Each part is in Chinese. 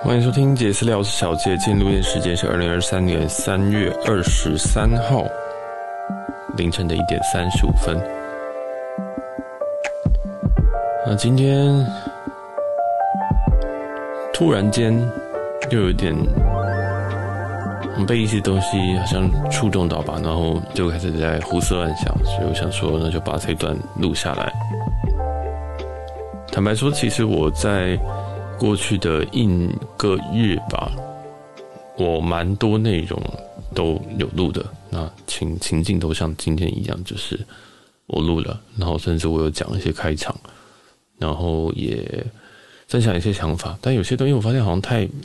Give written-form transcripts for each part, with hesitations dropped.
欢迎收听杰斯聊，我是小杰。今天录音时间是2023年3月23号凌晨的1点35分。今天突然间又有点被一些东西好像触动到吧，然后就开始在胡思乱想，所以我想说那就把这一段录下来。坦白说，其实我在过去的1个月吧，我蛮多内容都有录的，那情境都像今天一样，就是我录了，然后甚至我有讲一些开场，然后也分享一些想法，但有些东西我发现好像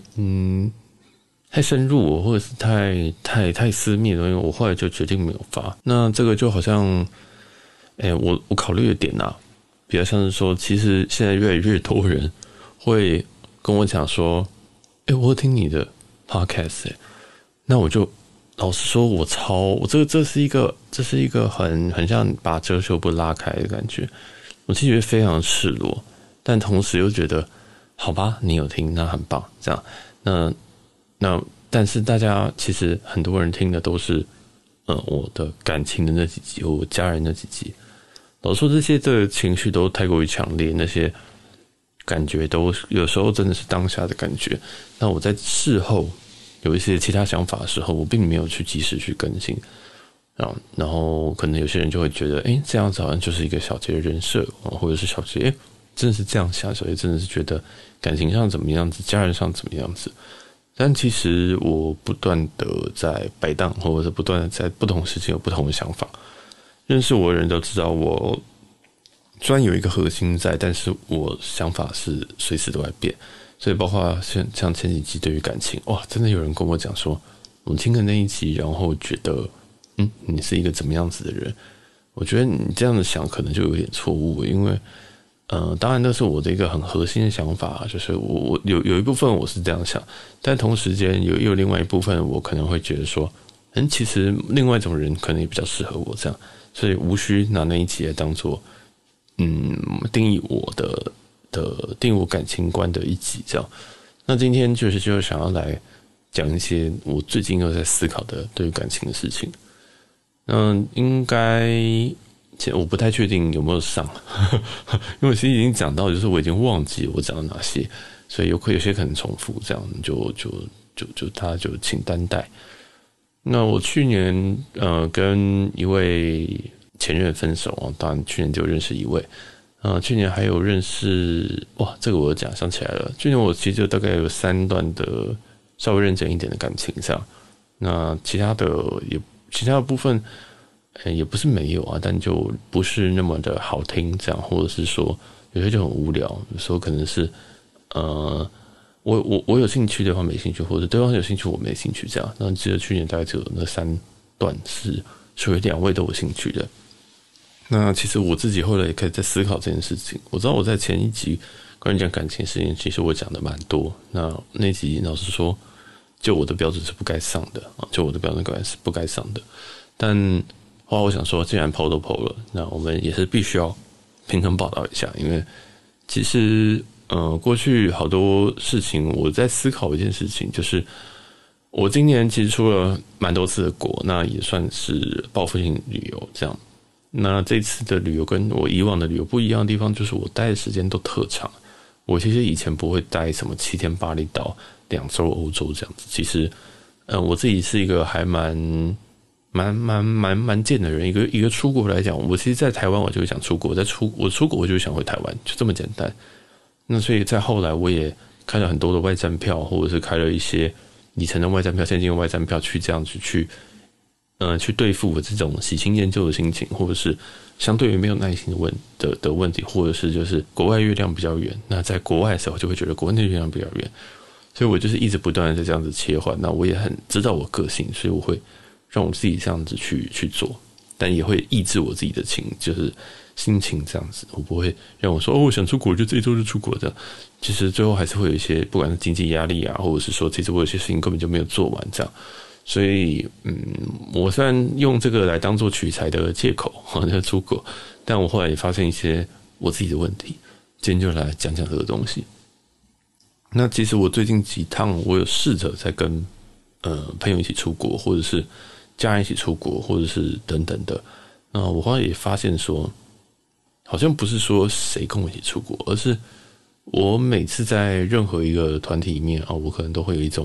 太深入，或者是太私密的东西，我后来就决定没有发。那这个就好像，我考虑的点啊，比较像是说，其实现在越来越多人会跟我讲说，我有听你的 podcast，那我就老实说，我这是一个很像把遮羞布拉开的感觉，我其实觉得非常赤裸，但同时又觉得，好吧，你有听，那很棒，这样，那但是大家其实很多人听的都是，我的感情的那几集，我家人那几集，老实说这些的情绪都太过于强烈，那些感觉都有时候真的是当下的感觉。那我在事后有一些其他想法的时候，我并没有去及时去更新，然后可能有些人就会觉得，这样子好像就是一个小杰的人设，或者是小杰，真的是这样想，小杰真的是觉得感情上怎么样子，家人上怎么样子。但其实我不断的在摆荡，或者是不断的在不同时间有不同的想法。认识我的人都知道，我虽然有一个核心在，但是我想法是随时都在变。所以包括像前几集对于感情，哇，真的有人跟我讲说，我听了那一集，然后觉得，你是一个怎么样子的人？我觉得你这样子想可能就有点错误，因为当然那是我的一个很核心的想法，就是我有一部分我是这样想，但同时间有另外一部分我可能会觉得说，其实另外一种人可能也比较适合我这样，所以无需拿那一集来当做定义我感情观的一集这样。那今天就想要来讲一些我最近又在思考的对于感情的事情。应该我不太确定有没有上，因为我其实已经讲到，就是我已经忘记我讲了哪些，所以有些可能重复，这样大家就请担待。那我去年跟一位前任分手，当然去年就认识一位，去年还有认识，哇，这个我想起来了，去年我其实就大概有3段的稍微认真一点的感情这样，那其他的部分。也不是没有啊，但就不是那么的好听，这样，或者是说有些就很无聊，有时候可能是我有兴趣，对方没兴趣，或者对方有兴趣，我没兴趣，这样。那记得去年大概只有那3段是属于2位都有兴趣的。那其实我自己后来也可以在思考这件事情。我知道我在前一集关于讲感情事情，其实我讲的蛮多。那集老实说，就我的标准是不该上的啊，就我的标准是不该上的，但。后来我想说，既然PO都PO了，那我们也是必须要平衡报道一下，因为其实过去好多事情，我在思考一件事情，就是我今年其实出了蛮多次的国，那也算是报复性旅游这样。那这次的旅游跟我以往的旅游不一样的地方，就是我待的时间都特长。我其实以前不会待什么7天巴厘岛、2周欧洲这样子。其实我自己是一个还蛮贱的人，一个出国来讲，我其实在台湾我就会想出国，我出国我就会想回台湾，就这么简单。那所以在后来我也开了很多的外站票，或者是开了一些里程的外站票、现金的外站票，去这样子去对付我这种喜新厌旧的心情，或者是相对于没有耐心的问题，或者是就是国外月亮比较圆，那在国外的时候就会觉得国内月亮比较圆，所以我就是一直不断的在这样子切换。那我也很知道我个性，所以我会让我自己这样子去做，但也会抑制我自己的就是心情这样子。我不会让我说我想出国就这一周就出国这样。其实最后还是会有一些不管是经济压力啊，或者是说其实我有些事情根本就没有做完这样。所以我虽然用这个来当做取材的借口就出国，但我后来也发现一些我自己的问题，今天就来讲讲这个东西。 那其实我最近几趟，我有试着在跟朋友一起出国，或者是家人一起出国，或者是等等的。那我后来也发现说，好像不是说谁跟我一起出国，而是我每次在任何一个团体里面啊，我可能都会有一种，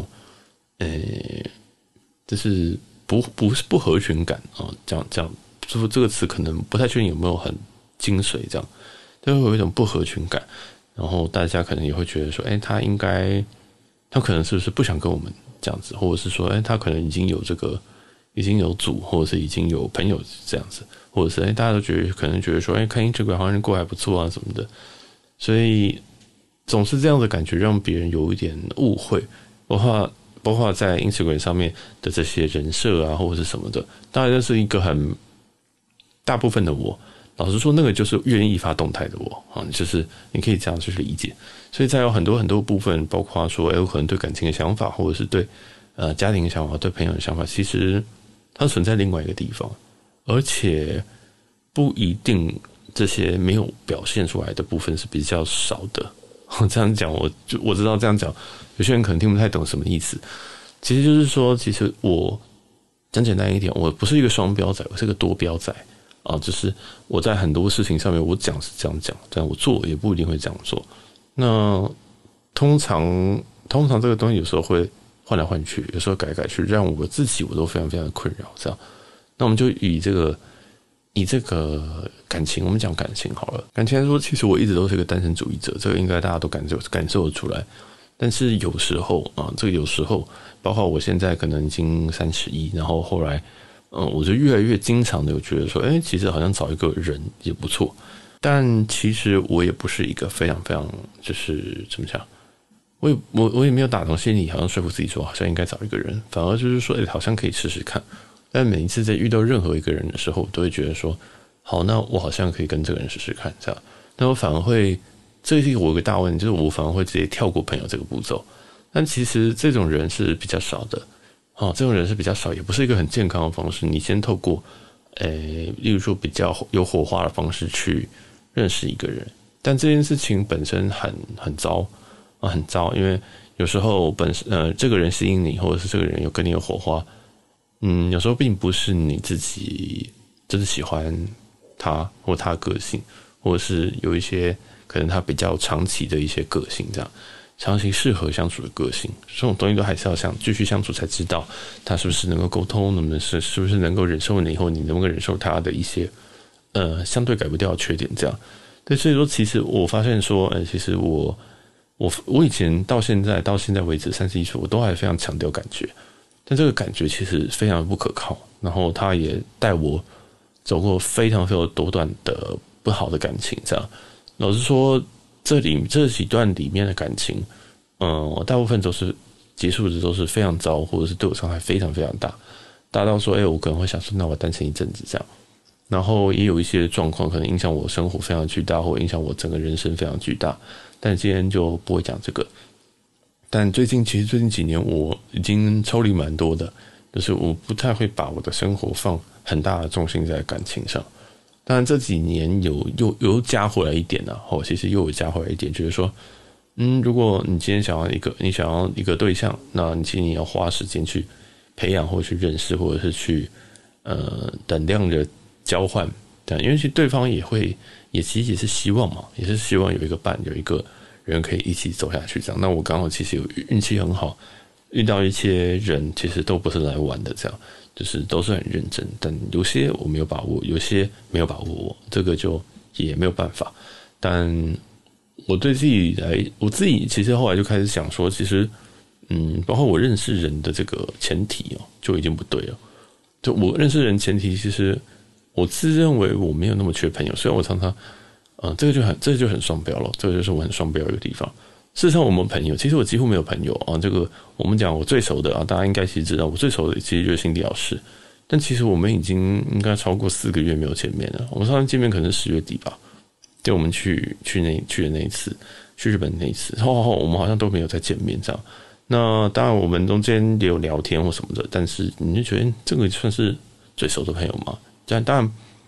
就是不合群感啊，这样，说这个词可能不太确定有没有很精髓，这样，但会有一种不合群感。然后大家可能也会觉得说，他可能是不是不想跟我们这样子，或者是说，他可能已经有组，或者是已经有朋友这样子，或者是大家都可能觉得说，看Instagram好像过还不错啊什么的，所以总是这样的感觉让别人有一点误会，包括在 Instagram 上面的这些人设啊，或者是什么的，当然这是一个很大部分的我。老实说，那个就是愿意发动态的我啊，就是你可以这样去理解。所以在有很多部分，包括说，我可能对感情的想法，或者是对家庭的想法，对朋友的想法，其实它存在另外一个地方，而且不一定这些没有表现出来的部分是比较少的。这样讲，我知道这样讲，有些人可能听不太懂什么意思。其实就是说，其实我讲简单一点，我不是一个双标仔，我是个多标仔。就是我在很多事情上面，我讲是这样讲，但我做也不一定会这样做。那通常这个东西有时候会换来换去，有时候改来改去，让我自己我都非常非常的困扰。这样，那我们就以这个感情，我们讲感情好了。感情来说，其实我一直都是一个单身主义者，这个应该大家都感受得出来。但是有时候这个有时候，包括我现在可能已经31，然后后来。我就越来越经常的有觉得说，其实好像找一个人也不错，但其实我也不是一个非常非常就是怎么讲，我也没有打从心里好像说服自己说好像应该找一个人，反而就是说，好像可以试试看。但每一次在遇到任何一个人的时候，我都会觉得说，好，那我好像可以跟这个人试试看，这样。那我反而会，这是我有个大问题，就是我反而会直接跳过朋友这个步骤。但其实这种人是比较少的。这种人是比较少，也不是一个很健康的方式。你先透过，例如说比较有火花的方式去认识一个人，但这件事情本身很糟很糟，因为有时候这个人吸引你，或者是这个人跟你有火花，有时候并不是你自己真的喜欢他或他的个性，或者是有一些可能他比较长期的一些个性这样。长期适合相处的个性，这种东西都还是要继续相处才知道他是不是能够沟通，是不是能够忍受你，以后你能不能忍受他的一些相对改不掉的缺点，这样。对，所以说其实我发现说，其实我以前到现在为止31岁，我都还非常强调感觉，但这个感觉其实非常不可靠，然后他也带我走过非常非常多段的不好的感情，这样。老实说。这几段里面的感情，大部分都是结束的都是非常糟，或者是对我伤害非常非常大，大到说，我可能会想说，那我单身一阵子这样。然后也有一些状况可能影响我生活非常巨大，或影响我整个人生非常巨大。但今天就不会讲这个。但最近几年，我已经抽离蛮多的，就是我不太会把我的生活放很大的重心在感情上。当然这几年又加回来一点了，其实又有加回来一点，就是说，如果你今天想要一个对象，那其实你要花时间去培养，或者去认识，或者是去等量的交换，对，因为其实对方其实也是希望嘛，也是希望有一个伴，有一个人可以一起走下去这样。那我刚好其实有运气很好，遇到一些人其实都不是来玩的这样。就是都是很认真，但有些我没有把握，有些没有把握，这个就也没有办法。但我自己其实后来就开始想说，其实包括我认识人的这个前提就已经不对了。就我认识人前提，其实我自认为我没有那么缺朋友，虽然我常常这个就很双标了，这个就是我很双标的一个地方。事实上，我们朋友，其实我几乎没有朋友这个我们讲我最熟的大家应该其实知道，我最熟的其实就是心理老师。但其实我们已经应该超过4个月没有见面了。我们上次见面可能是10月底吧，就我们去的那一次，去日本那一次，然后我们好像都没有再见面这样。那当然，我们中间也有聊天或什么的，但是你就觉得这个算是最熟的朋友吗？当然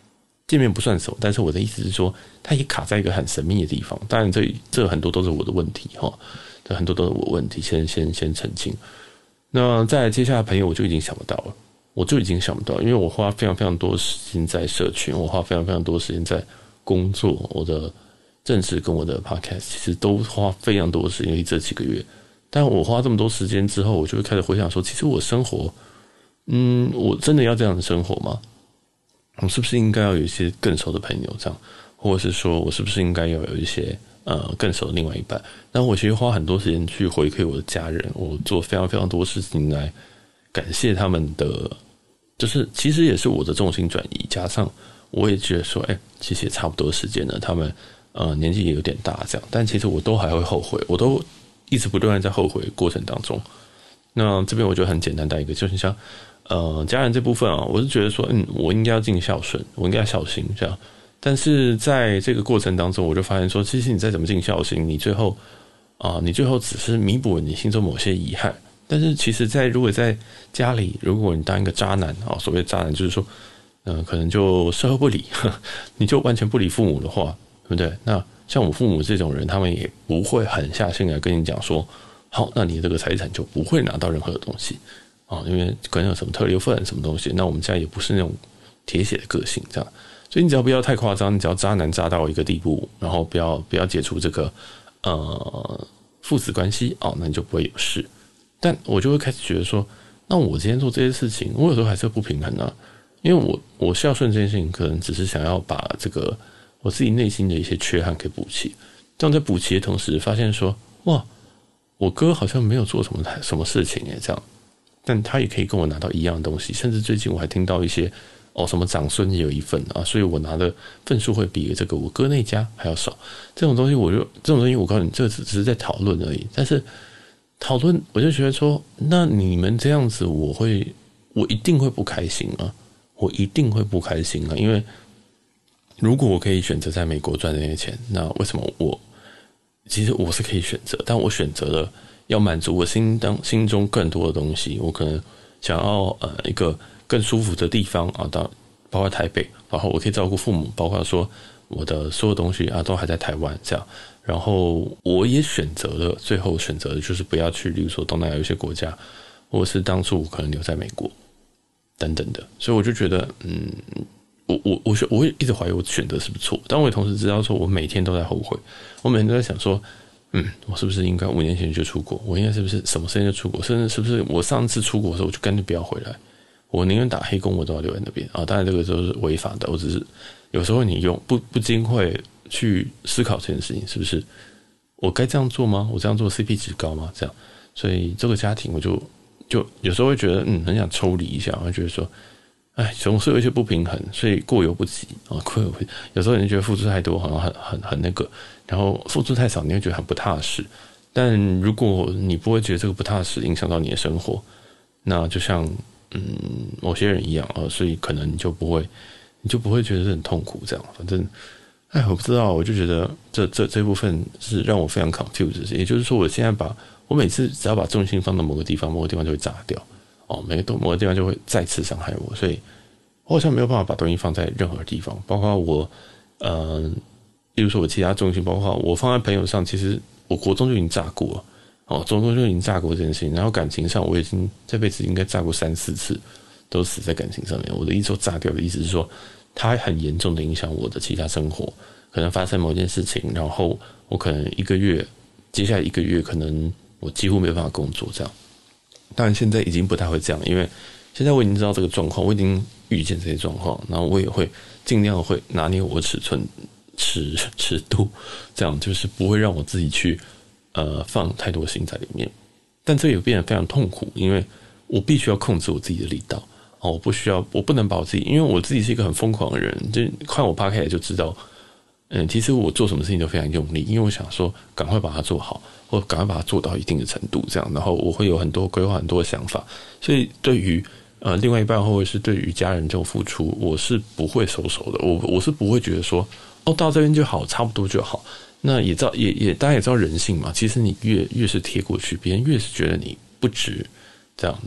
见面不算熟，但是我的意思是说，他也卡在一个很神秘的地方。当然这很多都是我的问题哈，这很多都是我的问题，先澄清。那再来接下来朋友我就已经想不到了，因为我花非常非常多时间在社群，我花非常非常多时间在工作，我的正职跟我的 podcast 其实都花非常多的时间，这几个月。但我花这么多时间之后，我就会开始回想说，其实我生活，我真的要这样的生活吗？我是不是应该要有一些更熟的朋友这样，或者是说我是不是应该要有一些更熟的另外一半？那我其实花很多时间去回馈我的家人，我做非常非常多事情来感谢他们的，就是其实也是我的重心转移，加上我也觉得说，其实也差不多时间了，他们年纪也有点大这样，但其实我都还会后悔，我都一直不断在后悔的过程当中。那这边我就很简单带一个，就是像家人这部分啊，我是觉得说，我应该要尽孝顺，我应该要小心这样。但是在这个过程当中，我就发现说，其实你再怎么尽孝心，你最后只是弥补你心中某些遗憾。但是其实如果在家里，如果你当一个渣男啊，所谓渣男就是说，可能就事后不理，你就完全不理父母的话，对不对？那像我父母这种人，他们也不会狠下心来跟你讲说，好，那你这个财产就不会拿到任何的东西啊，因为可能有什么特留份什么东西，那我们家也不是那种铁血的个性这样，所以你只要不要太夸张，你只要渣男渣到一个地步，然后不要解除这个父子关系那你就不会有事。但我就会开始觉得说，那我今天做这些事情，我有时候还是不平衡啊，因为我孝顺这件事情，可能只是想要把这个我自己内心的一些缺憾给补齐，这样在补齐的同时，发现说，哇，我哥好像没有做什么事情这样，但他也可以跟我拿到一样的东西，甚至最近我还听到一些什么长孙也有一份啊，所以我拿的份数会比这个我哥那家还要少。这种东西我告诉你，这只是在讨论而已，但是讨论我就觉得说，那你们这样子，我一定会不开心啊，因为如果我可以选择在美国赚这些钱，那为什么其实我是可以选择，但我选择了要满足我心中更多的东西，我可能想要一个更舒服的地方啊，包括台北，然后我可以照顾父母，包括说我的所有东西都还在台湾这样，然后我也最后选择的就是不要去，例如说东南亚有一些国家，或者是当初我可能留在美国等等的，所以我就觉得我会一直怀疑我选择是不是错，但我也同时知道说我每天都在后悔，我每天都在想说，我是不是应该5年前就出国？我应该是不是什么时间就出国？甚至是不是我上次出国的时候我就干脆不要回来？我宁愿打黑工，我都要留在那边啊！当然这个都是违法的，我只是有时候你不禁会去思考这件事情，是不是我该这样做吗？我这样做 CP 值高吗？这样，所以这个家庭我就有时候会觉得很想抽离一下，会觉得说，总是有一些不平衡，所以过犹不及啊，有时候你觉得付出太多，好像很那个，然后付出太少，你会觉得很不踏实。但如果你不会觉得这个不踏实影响到你的生活，那就像某些人一样所以可能你就不会觉得很痛苦这样。反正我不知道，我就觉得这部分是让我非常 confused。也就是说，我每次只要把重心放到某个地方，某个地方就会炸掉某个地方就会再次伤害我，所以我好像没有办法把东西放在任何地方，包括我例如说我其他重心，包括我放在朋友上，其实我国中就已经炸过了。中中就已经炸过这件事情，然后感情上我已经这辈子应该炸过3-4次，都死在感情上面。我的意思说炸掉的意思是说，它很严重的影响我的其他生活，可能发生某件事情，然后我可能接下来一个月，可能我几乎没有办法工作这样。当然现在已经不太会这样，因为现在我已经知道这个状况，我已经预见这些状况，然后我也会尽量会拿捏我尺度，这样就是不会让我自己去放太多心在里面。但这也变得非常痛苦，因为我必须要控制我自己的力道我不能把我自己，因为我自己是一个很疯狂的人，就看我 podcast 就知道其实我做什么事情都非常用力，因为我想说赶快把它做好，或赶快把它做到一定的程度这样，然后我会有很多规划，很多的想法，所以对于另外一半或者是对于家人这种付出，我是不会收手的，我是不会觉得说到这边就好，差不多就好。那大家也知道人性嘛，其实你越是贴过去，别人越是觉得你不值这样。那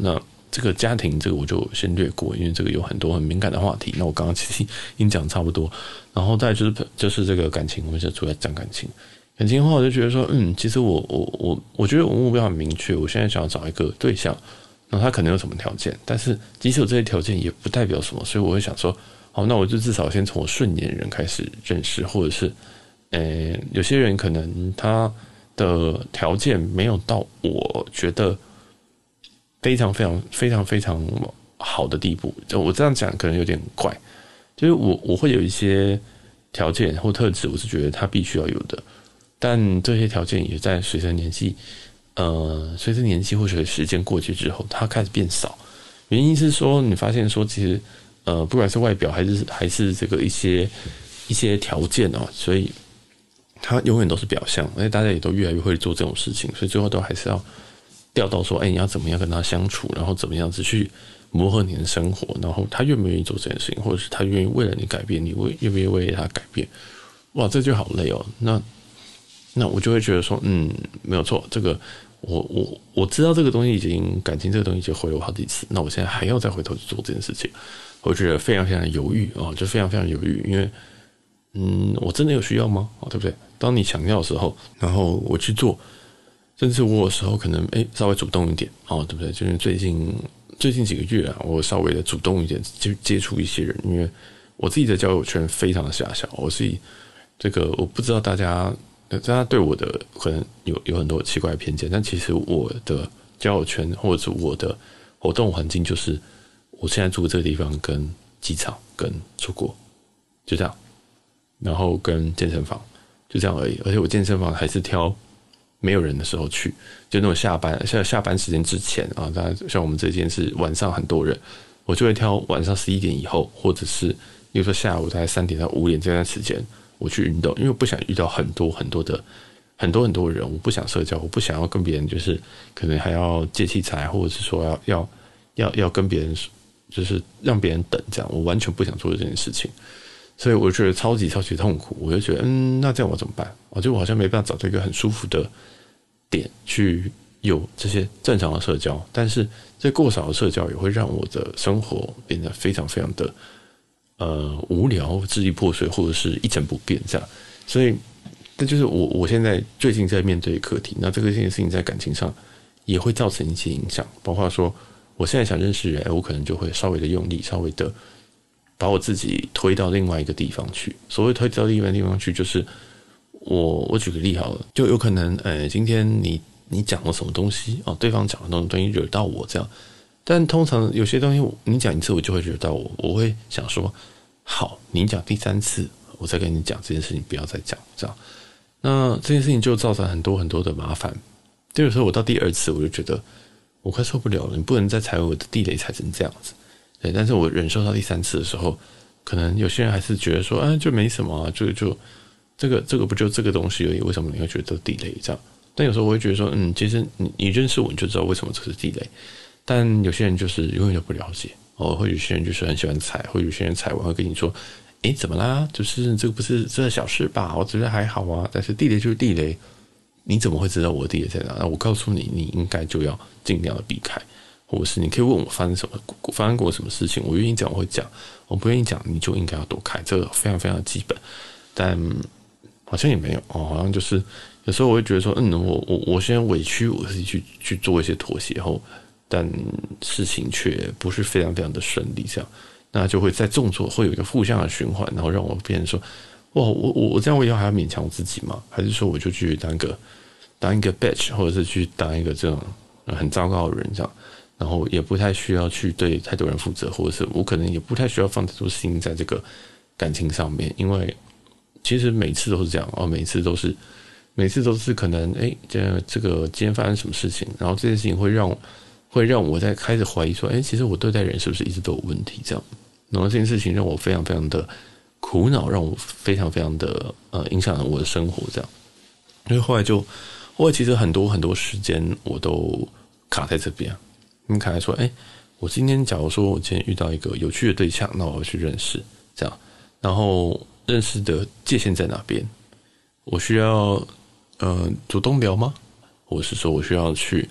这个家庭这个我就先略过，因为这个有很多很敏感的话题。那我刚刚其实已经讲差不多，然后再来就是这个感情，我们就主要讲感情。感情的话，我就觉得说，其实我觉得我目标很明确，我现在想要找一个对象，那他可能有什么条件，但是即使有这些条件，也不代表什么，所以我会想说，好，那我就至少先从我顺眼的人开始认识，或者是，有些人可能他的条件没有到我觉得非常非常非常非常好的地步，就我这样讲可能有点怪，就是我会有一些条件或特质，我是觉得他必须要有的。但这些条件也在随着年纪或者时间过去之后，它开始变少。原因是说，你发现说，其实不管是外表还是这个一些条件哦，所以它永远都是表象，而且大家也都越来越会做这种事情，所以最后都还是要掉到说，你要怎么样跟他相处，然后怎么样子去磨合你的生活，然后他愿不愿意做这件事情，或者是他愿意为了你改变，你愿不愿意为了他改变？哇，这就好累哦。那我就会觉得说，没有错，这个我知道这个东西感情这个东西已经毁了我好几次，那我现在还要再回头去做这件事情，我觉得非常非常的犹豫啊，就非常非常犹豫，因为我真的有需要吗？对不对？当你想要的时候，然后我去做，甚至我有时候可能稍微主动一点对不对？就是最近几个月啊，我稍微的主动一点，去接触一些人，因为我自己的交友圈非常的狭小，我是以这个我不知道大家对我的可能有很多奇怪的偏见，但其实我的交友圈或者是我的活动环境就是我现在住的这个地方跟机场跟出国就这样，然后跟健身房就这样而已，而且我健身房还是挑没有人的时候去，就那种下班时间之前啊，当然像我们这间是晚上很多人，我就会挑晚上11点以后，或者是比如说下午大概3点到5点这段时间我去运动，因为我不想遇到很多的人，我不想社交，我不想要跟别人就是可能还要借器材，或者是说要跟别人就是让别人等这样，我完全不想做这件事情，所以我觉得超级超级痛苦，我就觉得那这样我怎么办？就我好像没办法找到一个很舒服的点去有这些正常的社交，但是这过少的社交也会让我的生活变得非常非常的无聊、支离破碎，或者是一成不变这样。所以，这就是我现在最近在面对的课题。那这件事情在感情上也会造成一些影响，包括说我现在想认识人，我可能就会稍微的用力，稍微的把我自己推到另外一个地方去。所谓推到另外一个地方去，就是我举个例好了，就有可能今天你讲了什么东西对方讲的那种东西惹到我这样。但通常有些东西你讲一次我就会惹到我会想说好，你讲第3次我再跟你讲这件事情，不要再讲这样。那这件事情就造成很多很多的麻烦。就有时候我到第2次我就觉得我快受不了了，你不能再踩我的地雷踩成这样子。对，但是我忍受到第3次的时候，可能有些人还是觉得说就没什么就这个不就这个东西而已，为什么你会觉得地雷这样？但有时候我会觉得说其实你认识我你就知道为什么这是地雷。但有些人就是永远都不了解或有些人就是很喜欢踩，或有些人踩完会跟你说怎么啦？就是这个不是这小事吧？我觉得还好啊。但是地雷就是地雷，你怎么会知道我的地雷在哪？那我告诉你，你应该就要尽量的避开，或者是你可以问我发生过什么事情，我愿意讲我会讲，我不愿意讲你就应该要躲开，这个非常非常的基本。但好像也没有好像就是有时候我会觉得说我先委屈我自己去做一些妥协后，但事情却不是非常非常的顺利这样。那就会在动作会有一个负向的循环，然后让我变成说哇我这样我以后还要勉强我自己吗？还是说我就去当一个 bitch， 或者是去当一个这种很糟糕的人这样，然后也不太需要去对太多人负责，或者是我可能也不太需要放太多心在这个感情上面，因为其实每次都是这样每次都是可能这个今天发生什么事情，然后这件事情会让我在开始怀疑说其实我对待人是不是一直都有问题这样。然后这件事情让我非常非常的苦恼，让我非常非常的影响了我的生活这样。因为后来其实很多很多时间我都卡在这边卡在说我今天假如说我今天遇到一个有趣的对象，那我要去认识这样，然后认识的界限在哪边？我需要主动聊吗？或者是说我需要去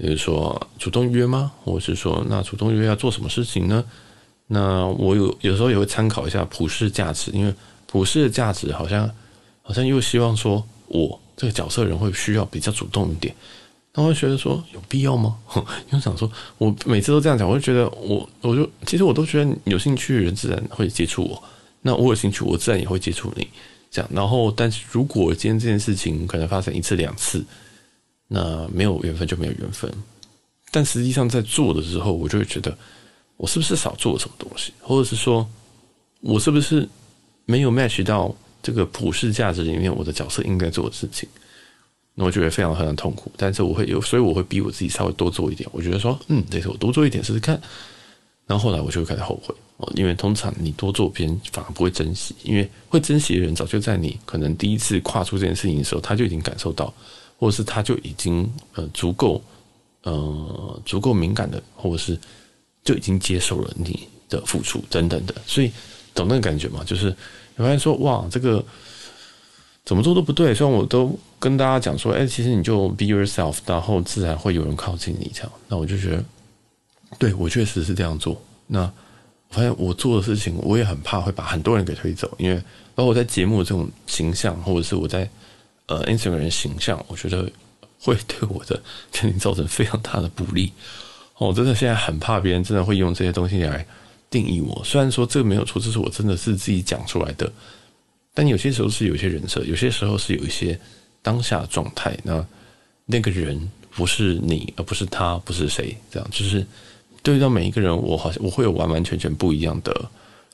比如说主动约吗？或者是说那主动约要做什么事情呢？那我有时候也会参考一下普世价值，因为普世的价值好像又希望说我这个角色人会需要比较主动一点。那我就觉得说有必要吗？因为想说我每次都这样讲，我就觉得其实我都觉得有兴趣的人自然会接触我，那我有兴趣我自然也会接触你，这样。然后但是如果今天这件事情可能发生1次2次，那没有缘分就没有缘分。但实际上在做的时候，我就会觉得我是不是少做了什么东西，或者是说我是不是没有 match 到这个普世价值里面我的角色应该做的事情。那我觉得非常痛苦，但是所以我会逼我自己稍微多做一点。我觉得说，这次我多做一点试试看。然后后来我就会开始后悔，因为通常你多做，别人反而不会珍惜，因为会珍惜的人早就在你可能第一次跨出这件事情的时候，他就已经感受到，或者是他就已经足够敏感的，或者是就已经接受了你的付出等等的。所以懂那个感觉吗？就是你发现说，哇，这个怎么做都不对。虽然我都跟大家讲说，其实你就 be yourself， 然后自然会有人靠近你这样。那我就觉得，对，我确实是这样做。那我发现我做的事情，我也很怕会把很多人给推走，因为包括我在节目的这种形象，或者是我在Instagram 的形象，我觉得会对我的肯定造成非常大的不利。我真的现在很怕别人真的会用这些东西来定义我。虽然说这个没有错，这是我真的是自己讲出来的，但有些时候是有一些人设，有些时候是有一些当下的状态。那个人不是你，而不是他，不是谁，这样就是对到每一个人，我会有完全不一样的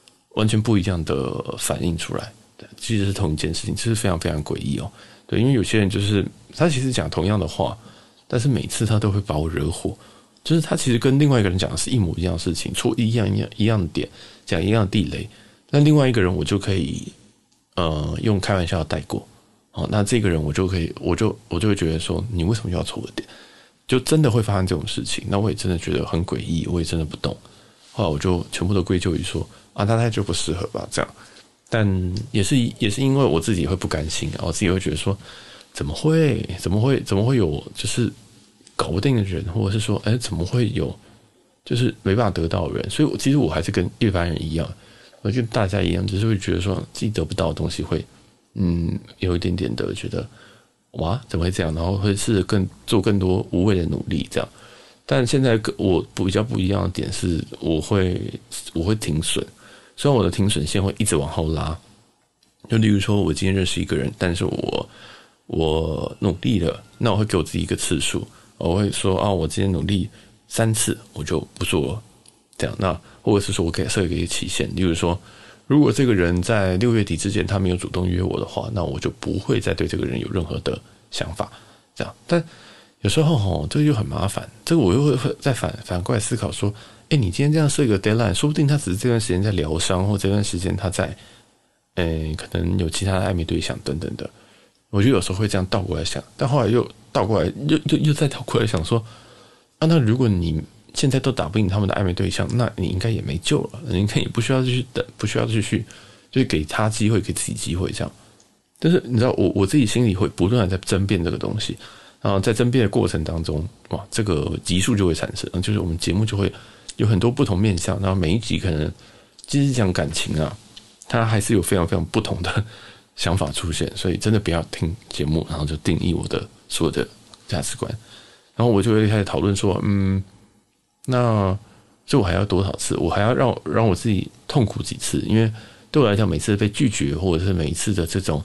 反应出来。其实是同一件事情，这是非常诡异哦。对，因为有些人就是他其实讲同样的话，但是每次他都会把我惹火。就是他其实跟另外一个人讲的是一模一样的事情，错一样的点，讲一样的地雷，但另外一个人我就可以用开玩笑带过。那这个人我就会觉得说，你为什么又要错我的点？就真的会发生这种事情。那我也真的觉得很诡异，我也真的不懂。后来我就全部都归咎于说他就不适合吧，这样。但也是因为我自己会不甘心，我自己会觉得说，怎么会有就是搞不定的人，或者是说怎么会有就是没办法得到的人。所以其实我还是跟一般人一样，我跟大家一样，只是会觉得说自己得不到的东西会有一点点的觉得哇怎么会这样，然后会试着做更多无谓的努力这样。但现在我比较不一样的点是，我会停损。虽然我的停损线会一直往后拉，就例如说我今天认识一个人，但是我努力了，那我会给我自己一个次数，我会说我今天努力3次我就不做了，这样。那或者是说我可以设一个期限，例如说如果这个人在6月底之前他没有主动约我的话，那我就不会再对这个人有任何的想法，这样。但有时候这个就很麻烦，这个我又会再反过来思考说，你今天这样设一个 deadline， 说不定他只是这段时间在疗伤，或这段时间他在可能有其他的暧昧对象等等的。我就有时候会这样倒过来想，但后来又倒过来又再倒过来想说，那如果你现在都打不赢他们的暧昧对象，那你应该也没救了，你应该也不需要继续等，不需要继续就是给他机会，给自己机会这样。但是你知道我自己心里会不断的在争辩这个东西，然后在争辩的过程当中，哇，这个集数就会产生，就是我们节目就会有很多不同面向，然后每一集可能即使讲感情啊，它还是有非常不同的想法出现。所以真的不要听节目然后就定义我的所有的价值观。然后我就会开始讨论说，那这我还要多少次？我还要让我自己痛苦几次？因为对我来讲，每次被拒绝，或者是每一次的这种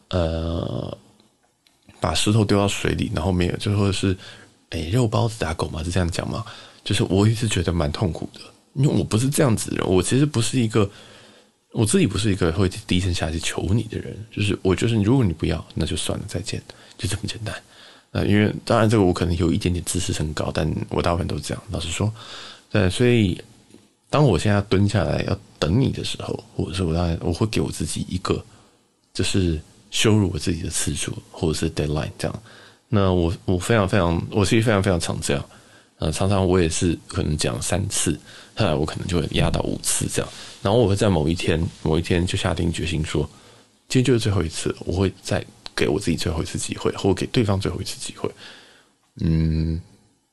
把石头丢到水里，然后没有，就或者是肉包子打狗嘛，是这样讲吗？就是我一直觉得蛮痛苦的，因为我不是这样子的人，我其实不是一个，我自己不是一个会低声下气求你的人，就是我就是如果你不要，那就算了，再见，就这么简单。因为当然这个我可能有一点点自视甚高，但我大部分都是这样，老实说。对，所以当我现在蹲下来要等你的时候，或者是我会给我自己一个就是羞辱我自己的次数，或者是 deadline 这样。那我其实非常常这样。常常我也是可能讲3次，后来我可能就会压到5次这样。然后我会在某一天就下定决心说，今天就是最后一次，我会再给我自己最后一次机会，或给对方最后一次机会。然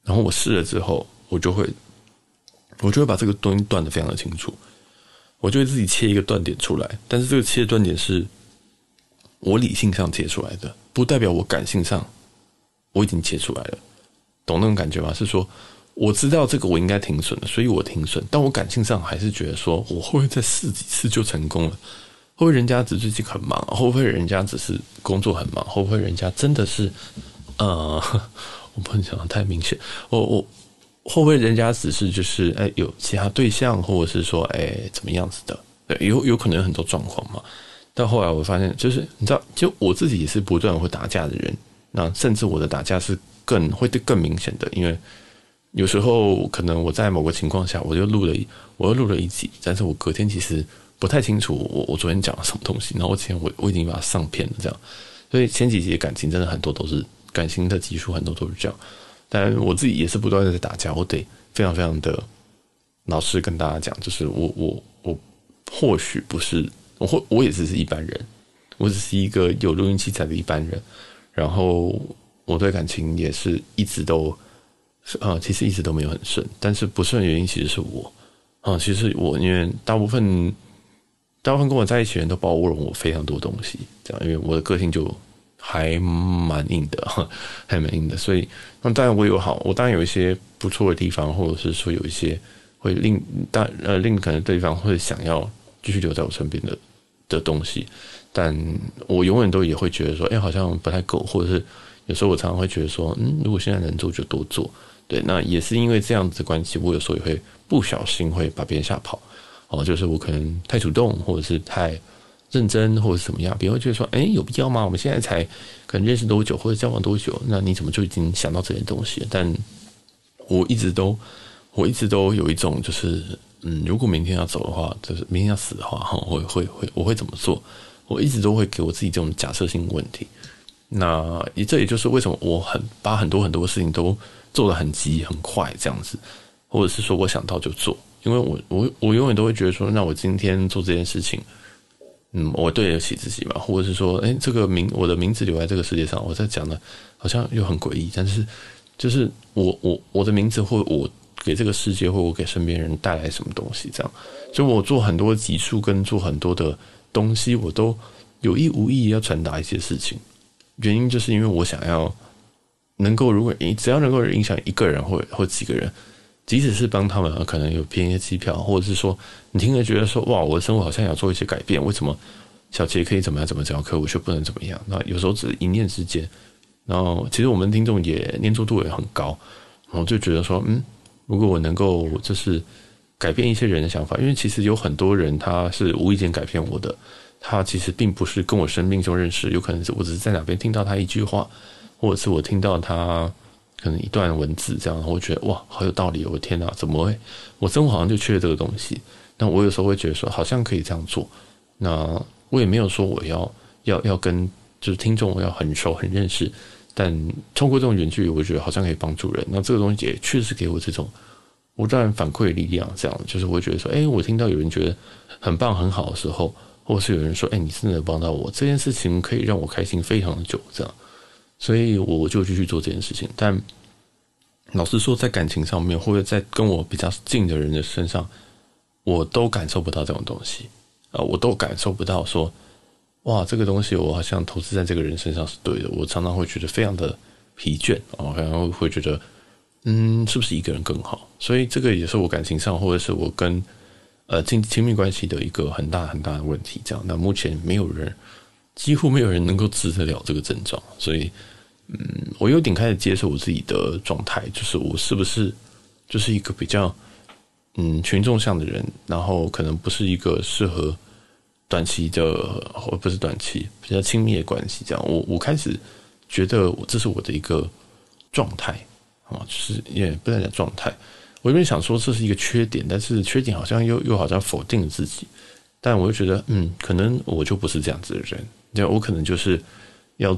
然后我试了之后，我就会把这个东西断得非常的清楚，我就会自己切一个断点出来，但是这个切的断点是我理性上切出来的，不代表我感性上我已经切出来了，懂那种感觉吗？是说我知道这个我应该停损了，所以我停损，但我感性上还是觉得说，我会不会再试几次就成功了？会不会人家只最近很忙？会不会人家只是工作很忙？会不会人家真的是我不能讲得太明显，我会不会人家只是就是有其他对象，或者是说怎么样子的？对，有可能有很多状况嘛。但后来我发现，就是你知道，就我自己也是不断会打架的人，那甚至我的打架是更明显的，因为有时候可能我在某个情况下，我又录了一集，但是我隔天其实不太清楚我昨天讲了什么东西，然后我已经把它上片了这样，所以前几集的感情真的很多都是感情的集数，很多都是这样。但我自己也是不断的在打架，我得非常非常的老实跟大家讲，就是我或许不是我也只是一般人，我只是一个有录音器材的一般人，然后我对感情也是一直都其实一直都没有很顺，但是不顺的原因其实是我其实我因为大部分跟我在一起的人都包容我非常多东西，这样因为我的个性就还蛮硬的，所以那当然我当然有一些不错的地方，或者是说有一些会令可能对方会想要继续留在我身边的东西，但我永远都也会觉得说，好像不太够，或者是有时候我常常会觉得说，如果现在能做就多做，对，那也是因为这样子的关系，我有时候也会不小心会把别人吓跑，就是我可能太主动，或者是太认真或者是怎么样，别人会觉得说，有必要吗？我们现在才可能认识多久或者交往多久，那你怎么就已经想到这些东西了？但我一直都有一种就是，如果明天要走的话，就是明天要死的话，我会怎么做？我一直都会给我自己这种假设性问题。那这也就是为什么我把很多事情都做得很急很快这样子，或者是说我想到就做，因为我永远都会觉得说，那我今天做这件事情。我对得起自己嘛，或者是说，这个我的名字留在这个世界上，我在讲的好像又很诡异，但是就是我的名字或我给这个世界或我给身边人带来什么东西，这样，所以我做很多集数跟做很多的东西，我都有意无意要传达一些事情，原因就是因为我想要能够，只要能够影响一个人或几个人。即使是帮他们可能有便宜的机票，或者是说你听了觉得说哇，我的生活好像要做一些改变，为什么小杰可以怎么样，可我却不能怎么样？那有时候只是一念之间，然后其实我们听众也粘着度也很高，我就觉得说，如果我能够就是改变一些人的想法，因为其实有很多人他是无意间改变我的，他其实并不是跟我生命中认识，有可能是我只是在哪边听到他一句话，或者是我听到他。可能一段文字这样，我觉得哇，好有道理！我的天哪，怎么会？我生活好像就缺这个东西。那我有时候会觉得说，好像可以这样做。那我也没有说我要跟就是听众我要很熟很认识，但通过这种远距离，我觉得好像可以帮助人。那这个东西也确实给我这种无然反馈的力量。这样就是我会觉得说，我听到有人觉得很棒很好的时候，或者是有人说，你真的帮到我，这件事情可以让我开心非常的久，这样。所以我就继续做这件事情，但老实说，在感情上面，或者在跟我比较近的人的身上，我都感受不到这种东西我都感受不到说，哇，这个东西我好像投资在这个人身上是对的。我常常会觉得非常的疲倦可能会觉得，是不是一个人更好？所以这个也是我感情上，或者是我跟亲密关系的一个很大很大的问题。这样，那目前几乎没有人能够治得了这个症状，所以，我有点开始接受我自己的状态，就是我是不是就是一个比较，群众向的人，然后可能不是一个适合短期的，或不是短期比较亲密的关系。这样，我开始觉得这是我的一个状态就是也不能讲状态。我原本想说这是一个缺点，但是缺点好像又好像否定了自己。但我就觉得，可能我就不是这样子的人。我可能就是要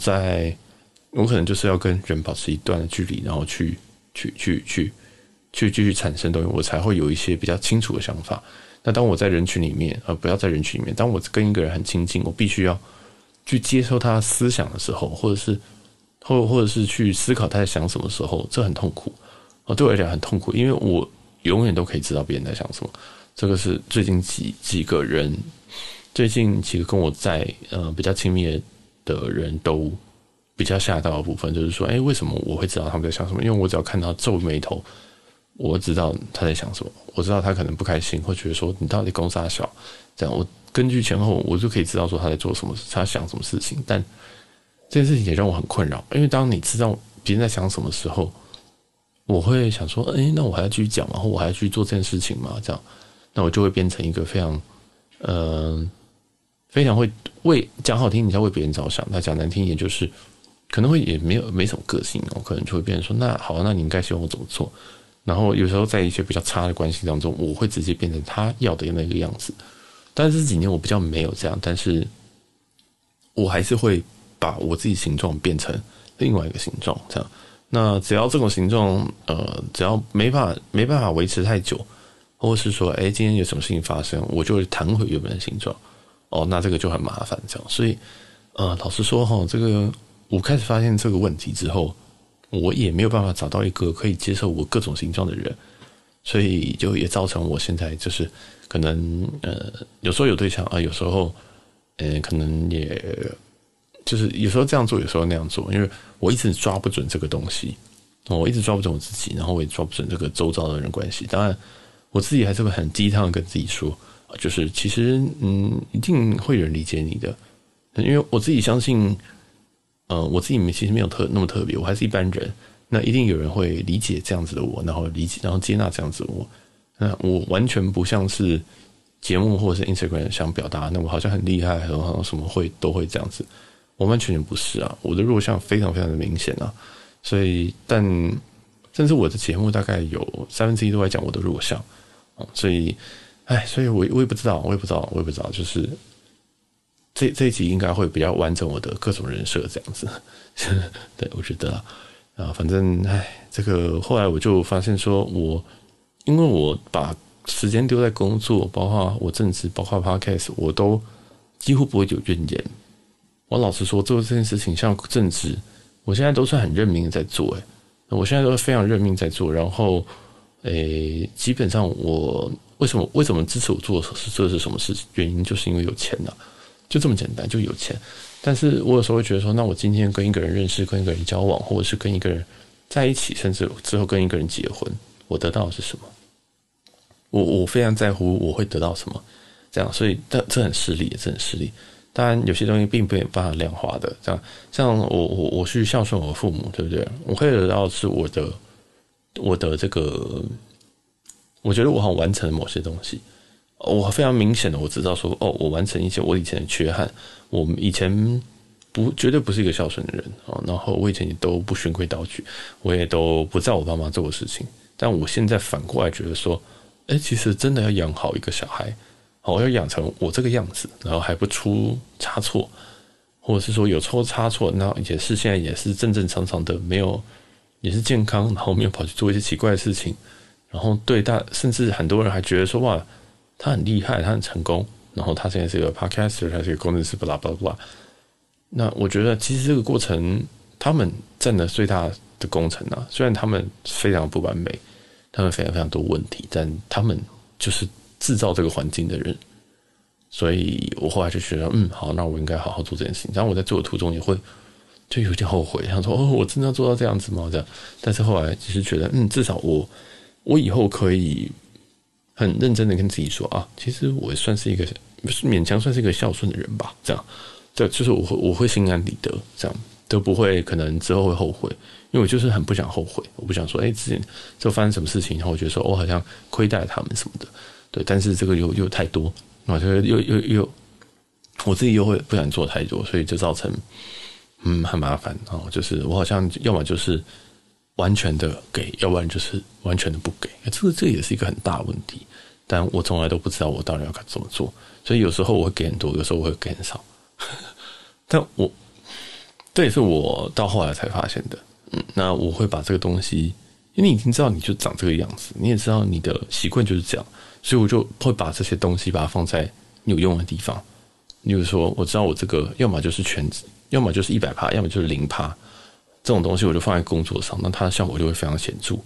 跟人保持一段的距离，然后去继续产生东西，我才会有一些比较清楚的想法。那当我在人群里面，不要在人群里面，当我跟一个人很亲近，我必须要去接受他思想的时候，或者是去思考他在想什么时候，这很痛苦对我来讲很痛苦，因为我永远都可以知道别人在想什么。这个是最近几个人，最近几个跟我在比较亲密的人都比较吓到的部分，就是说，为什么我会知道他们在想什么？因为我只要看到皱眉头，我知道他在想什么，我知道他可能不开心，或觉得说你到底公啥小，这样我根据前后，我就可以知道说他在做什么，他想什么事情。但这件事情也让我很困扰，因为当你知道别人在想什么时候，我会想说，那我还要继续讲吗？或我还要去做这件事情吗？这样，那我就会变成一个非常会讲好听，你要为别人着想；那讲难听一点，就是可能会也没什么个性哦，可能就会变成说，那好，那你应该希望我怎么做？然后有时候在一些比较差的关系当中，我会直接变成他要的那个样子。但是这几年我比较没有这样，但是我还是会把我自己形状变成另外一个形状，这样。那只要这种形状，只要没办法维持太久，或者是说，今天有什么事情发生，我就会弹回原本的形状。那这个就很麻烦，这样。所以，老实说这个我开始发现这个问题之后，我也没有办法找到一个可以接受我各种形状的人，所以就也造成我现在就是可能有时候有对象啊，有时候可能也就是有时候这样做，有时候那样做，因为我一直抓不准这个东西，我一直抓不准我自己，然后我也抓不准这个周遭的人关系。当然，我自己还是会很鸡汤的跟自己说，就是其实一定会有人理解你的，因为我自己相信，我自己其实没有那么特别，我还是一般人，那一定有人会理解这样子的我，然后接纳这样子的我。那我完全不像是节目或者是 Instagram 想表达，那我好像很厉害，好像什么都会这样子。我完全不是啊，我的弱项非常非常的明显啊，所以甚至我的节目大概有1/3都在讲我的弱项，所以我也不知道，就是这一集应该会比较完整我的各种人设这样子，对，我觉得反正这个后来我就发现说因为我把时间丢在工作，包括我正职，包括 podcast， 我都几乎不会有怨言。我老实说，做这件事情像正职，我现在都是很认命的在做，我现在都是非常认命在做。然后，基本上我为什么支持我做这是什么事情？原因就是因为有钱啊，就这么简单，就有钱。但是我有时候会觉得说，那我今天跟一个人认识，跟一个人交往，或者是跟一个人在一起，甚至之后跟一个人结婚，我得到的是什么？我非常在乎我会得到什么，这样，所以这很势利，这很势利。当然，有些东西并没有办法量化的，这样，像我去孝顺我的父母，对不对？我会得到的是我的这个，我觉得我好像完成了某些东西，我非常明显的我知道说，我完成一些我以前的缺憾，我以前绝对不是一个孝顺的人，然后我以前也都不循规蹈矩，我也都不照我爸妈做的事情，但我现在反过来觉得说，其实真的要养好一个小孩。要养成我这个样子，然后还不出差错，或者是说有出差错，然后现在也是正正常常的，没有也是健康，然后没有跑去做一些奇怪的事情，然后甚至很多人还觉得说哇，他很厉害，他很成功，然后他现在是一个 podcaster， 他是一个工程师，巴拉巴拉巴拉。那我觉得其实这个过程，他们占了最大的工程啊，虽然他们非常不完美，他们非常非常多问题，但他们就是制造这个环境的人，所以我后来就觉得，好，那我应该好好做这件事情。然后我在做的途中也会就有点后悔，想说，我真的要做到这样子吗？这样，但是后来只是觉得，至少我以后可以很认真的跟自己说啊，其实我算是一个勉强算是一个孝顺的人吧。这样，这就是我会心安理得，这样都不会可能之后会后悔。因为我就是很不想后悔，我不想说，之前就发生什么事情，然后我觉得说，我好像亏待了他们什么的。对，但是这个又太多，我觉得又我自己又会不想做太多，所以就造成很麻烦就是我好像要么就是完全的给，要不然就是完全的不给，这也是一个很大的问题。但我从来都不知道我到底要怎么做，所以有时候我会给很多，有时候我会给很少。但这也是我到后来才发现的。那我会把这个东西，因为你已经知道你就长这个样子，你也知道你的习惯就是这样。所以我就会把这些东西把它放在有用的地方，例如说，我知道我这个要么就是全职，要么就是100%，要么就是0%，这种东西我就放在工作上，那它的效果就会非常显著。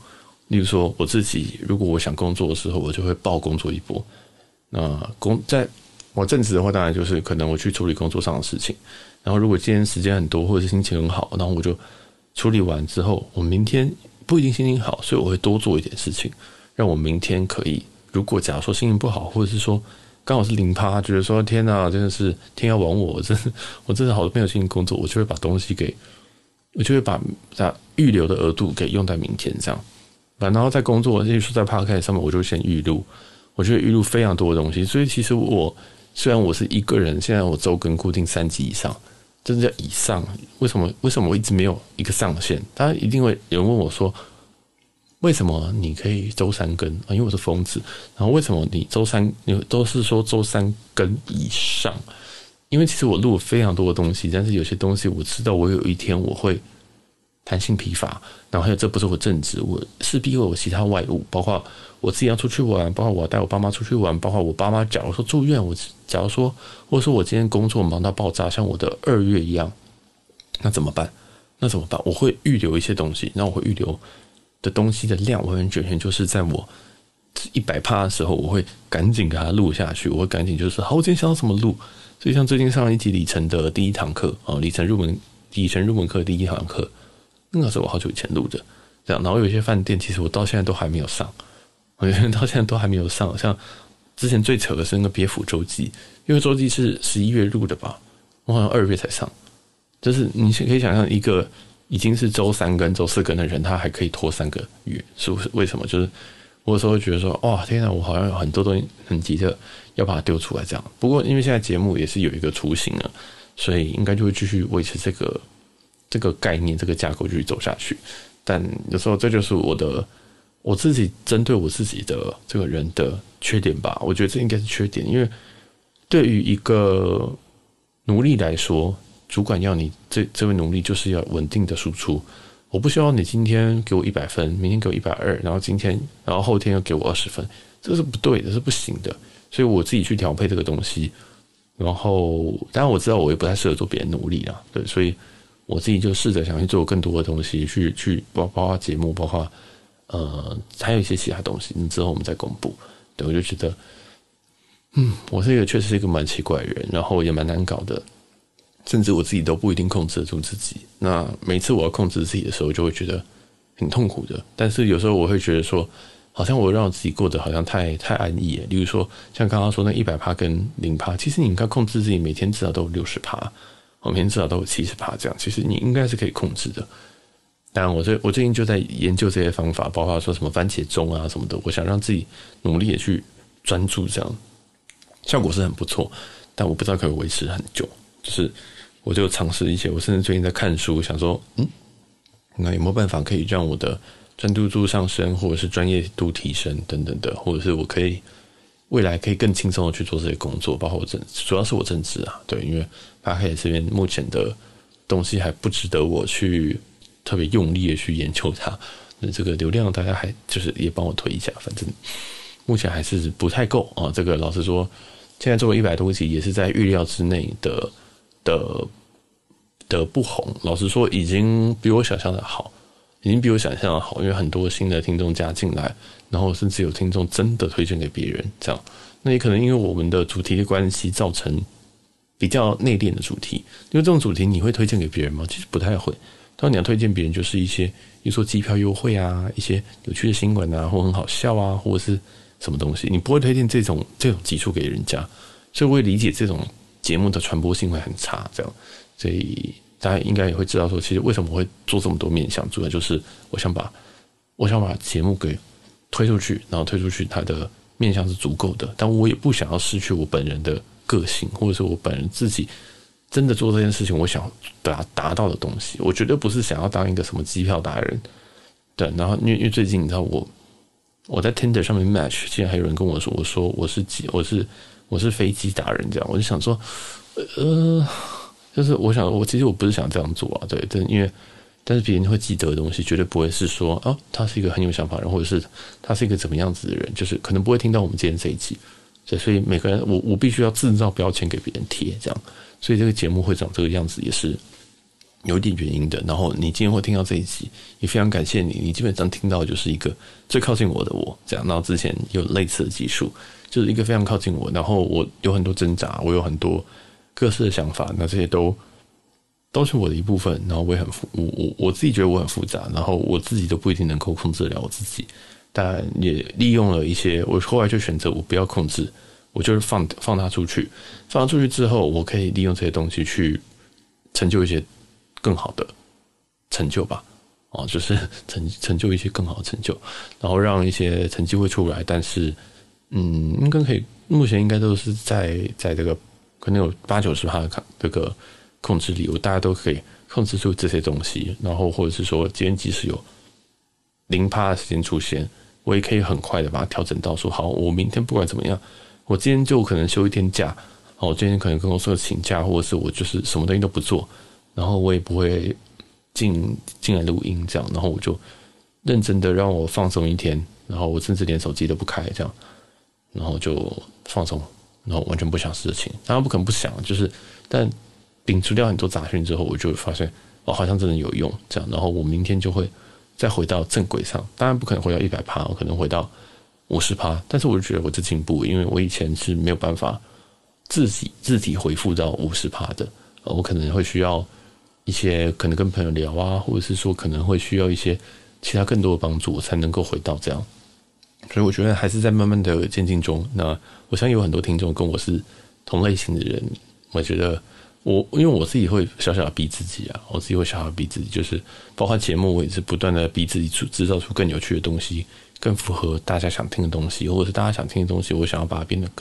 例如说我自己，如果我想工作的时候，我就会爆工作一波。那在我正职的话，当然就是可能我去处理工作上的事情。然后如果今天时间很多，或者是心情很好，然后我就处理完之后，我明天不一定心情好，所以我会多做一点事情，让我明天可以。如果假如说心情不好，或者是说刚好是0%，觉得说天哪，真的是天要亡我，我真的好没有心情工作，我就会把东西我就会把预留的额度给用在明天这样。然后在工作，例如说在 Podcast 上面，我就先预录，我就会预录非常多的东西。所以其实虽然我是一个人，现在我周更固定3集以上，真的叫以上。为什么我一直没有一个上限？大家一定会有人问我说，为什么你可以周3更啊？因为我是疯子。然后为什么你都是说周3更以上？因为其实我录了非常多的东西，但是有些东西我知道我有一天我会弹性疲乏，然后还有这不是我正职，我势必会有其他外务，包括我自己要出去玩，包括我要带我爸妈出去玩，包括我爸妈假如说住院，假如说或者说我今天工作忙到爆炸，像我的2月一样，那怎么办？我会预留一些东西，然后我会预留的东西的量，我会很卷全就是在我100%的时候，我会赶紧给它录下去，我会赶紧就是好，我今天想到什么录。所以像最近上一集里程的第1堂课啊，里程入门课第1堂课，那个是我好久以前录的，这样。然后有些饭店其实我到现在都还没有上，像之前最扯的是那个别府洲际，因为洲际是11月录的吧，我好像2月才上。就是你可以想象，一个已经是周3更、周4更的人，他还可以拖3个月，是不是？为什么？就是我有时候会觉得说，哇，天哪，我好像有很多东西很急着要把它丢出来这样。不过因为现在节目也是有一个雏形了，所以应该就会继续维持这个概念、这个架构继续走下去。但有时候这就是我自己针对我自己的这个人的缺点吧。我觉得这应该是缺点，因为对于一个奴隶来说，主管要你这位奴隶就是要稳定的输出。我不希望你今天给我100分，明天给我120，然后后天又给我20分，这是不对的，是不行的。所以我自己去调配这个东西，然后当然我知道我也不太适合做别人奴隶啦，对，所以我自己就试着想去做更多的东西，去包括节目，包括还有一些其他东西，之后我们再公布。对，我就觉得，我确实是一个蛮奇怪的人，然后也蛮难搞的。甚至我自己都不一定控制得住自己。那每次我要控制自己的时候，就会觉得挺痛苦的。但是有时候我会觉得说，好像我让自己过得好像太安逸了。例如说，像刚刚说那100%跟0%，其实你应该控制自己每天至少都有60%，每天至少都有70%这样。其实你应该是可以控制的。当然，我最近就在研究这些方法，包括说什么番茄钟啊什么的。我想让自己努力的去专注，这样效果是很不错。但我不知道可以维持很久，就是我就尝试一些，我甚至最近在看书，想说，那有没有办法可以让我的专注度上升，或者是专业度提升等等的，或者是我可以未来可以更轻松的去做这些工作，包括主要是我正职啊，对，因为 Podcast 这边目前的东西还不值得我去特别用力的去研究它，那这个流量大家还就是也帮我推一下，反正目前还是不太够啊。这个老实说，现在做了100多集，也是在预料之内的不红，老实说，已经比我想象的好，因为很多新的听众加进来，然后甚至有听众真的推荐给别人，这样，那也可能因为我们的主题的关系，造成比较内敛的主题。因为这种主题你会推荐给别人吗？其实不太会。当你要推荐别人，就是一些，比如说机票优惠啊，一些有趣的新闻啊，或很好笑啊，或者是什么东西，你不会推荐这种集数给人家，所以我也理解这种节目的传播性会很差，这样，所以大家应该也会知道说，其实为什么我会做这么多面向，主要就是我想把节目给推出去，然后推出去它的面向是足够的，但我也不想要失去我本人的个性，或者是我本人自己真的做这件事情我想达到的东西。我绝对不是想要当一个什么机票达人，对。然后因为最近你知道我在 Tinder 上面 match， 竟然还有人跟我说我是飞机达人这样，我就想说，就是其实我不是想这样做啊，对，但是别人会记得的东西，绝对不会是说他是一个很有想法的人，或者是他是一个怎么样子的人，就是可能不会听到我们今天这一集，所以每个人我必须要制造标签给别人贴，这样，所以这个节目会长这个样子，也是有一点原因的。然后你今天会听到这一集，也非常感谢你。你基本上听到就是一个最靠近我的我，这样。然后之前有类似的集数，就是一个非常靠近我。然后我有很多挣扎，我有很多各式的想法，那这些都是我的一部分。然后我也我自己觉得我很复杂，然后我自己都不一定能够控制得了我自己。但也利用了一些，我后来就选择我不要控制，我就是放它出去。放它出去之后，我可以利用这些东西去成就一些更好的成就吧。就是成就一些更好的成就，然后让一些成绩会出来。但是，应该可以，目前应该都是在这个可能有80-90%的这个控制力，大家都可以控制住这些东西。然后或者是说，今天即使有0%的时间出现，我也可以很快的把它调整到说，好，我明天不管怎么样，我今天就可能休一天假，我今天可能跟公司请假，或者是我就是什么东西都不做，然后我也不会进来录音这样，然后我就认真的让我放松一天，然后我甚至连手机都不开这样，然后就放松，然后完全不想事情。当然不可能不想，就是但摒除掉很多杂讯之后，我就会发现好像真的有用这样，然后我明天就会再回到正轨上。当然不可能回到100%，我可能回到50%，但是我就觉得我在进步，因为我以前是没有办法自己回复到50%的，我可能会需要一些可能跟朋友聊啊，或者是说可能会需要一些其他更多的帮助，我才能够回到这样。所以我觉得还是在慢慢的渐进中。那我相信有很多听众跟我是同类型的人，我觉得因为我自己会小小的逼自己啊，我自己会小小的逼自己，就是包括节目，我也是不断的逼自己制造出更有趣的东西，更符合大家想听的东西，或者是大家想听的东西，我想要把它变得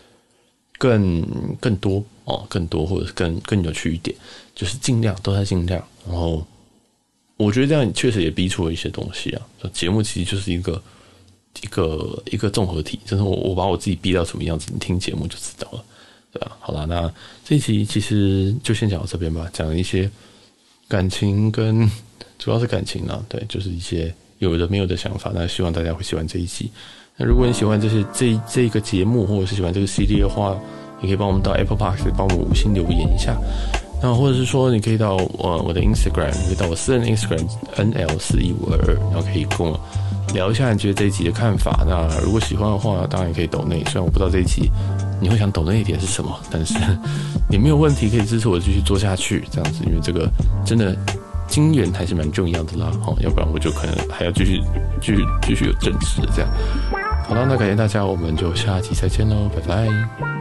更多更多，或者是更有趣一点，就是尽量都在尽量。然后我觉得这样确实也逼出了一些东西啊。节目其实就是一个综合体，就是我把我自己逼到什么样子，你听节目就知道了，对吧？好啦，那这一期其实就先讲到这边吧，讲了一些感情跟主要是感情啦，对，就是一些有的没有的想法。那希望大家会喜欢这一期。那如果你喜欢这个节目，或者是喜欢这个系列的话，你可以帮我们到 Apple Podcast 帮我们5星留言一下。那或者是说，你可以到我的 Instagram， 你可以到我私人的 Instagram NL41522，然后可以跟我聊一下你觉得这一集的看法。那如果喜欢的话，当然也可以抖内。虽然我不知道这一集你会想抖内一点是什么，但是也没有问题，可以支持我继续做下去这样子，因为这个真的金源还是蛮重要的啦。要不然我就可能还要继续有正职这样。好了，那感谢大家，我们就下期再见喽，拜拜。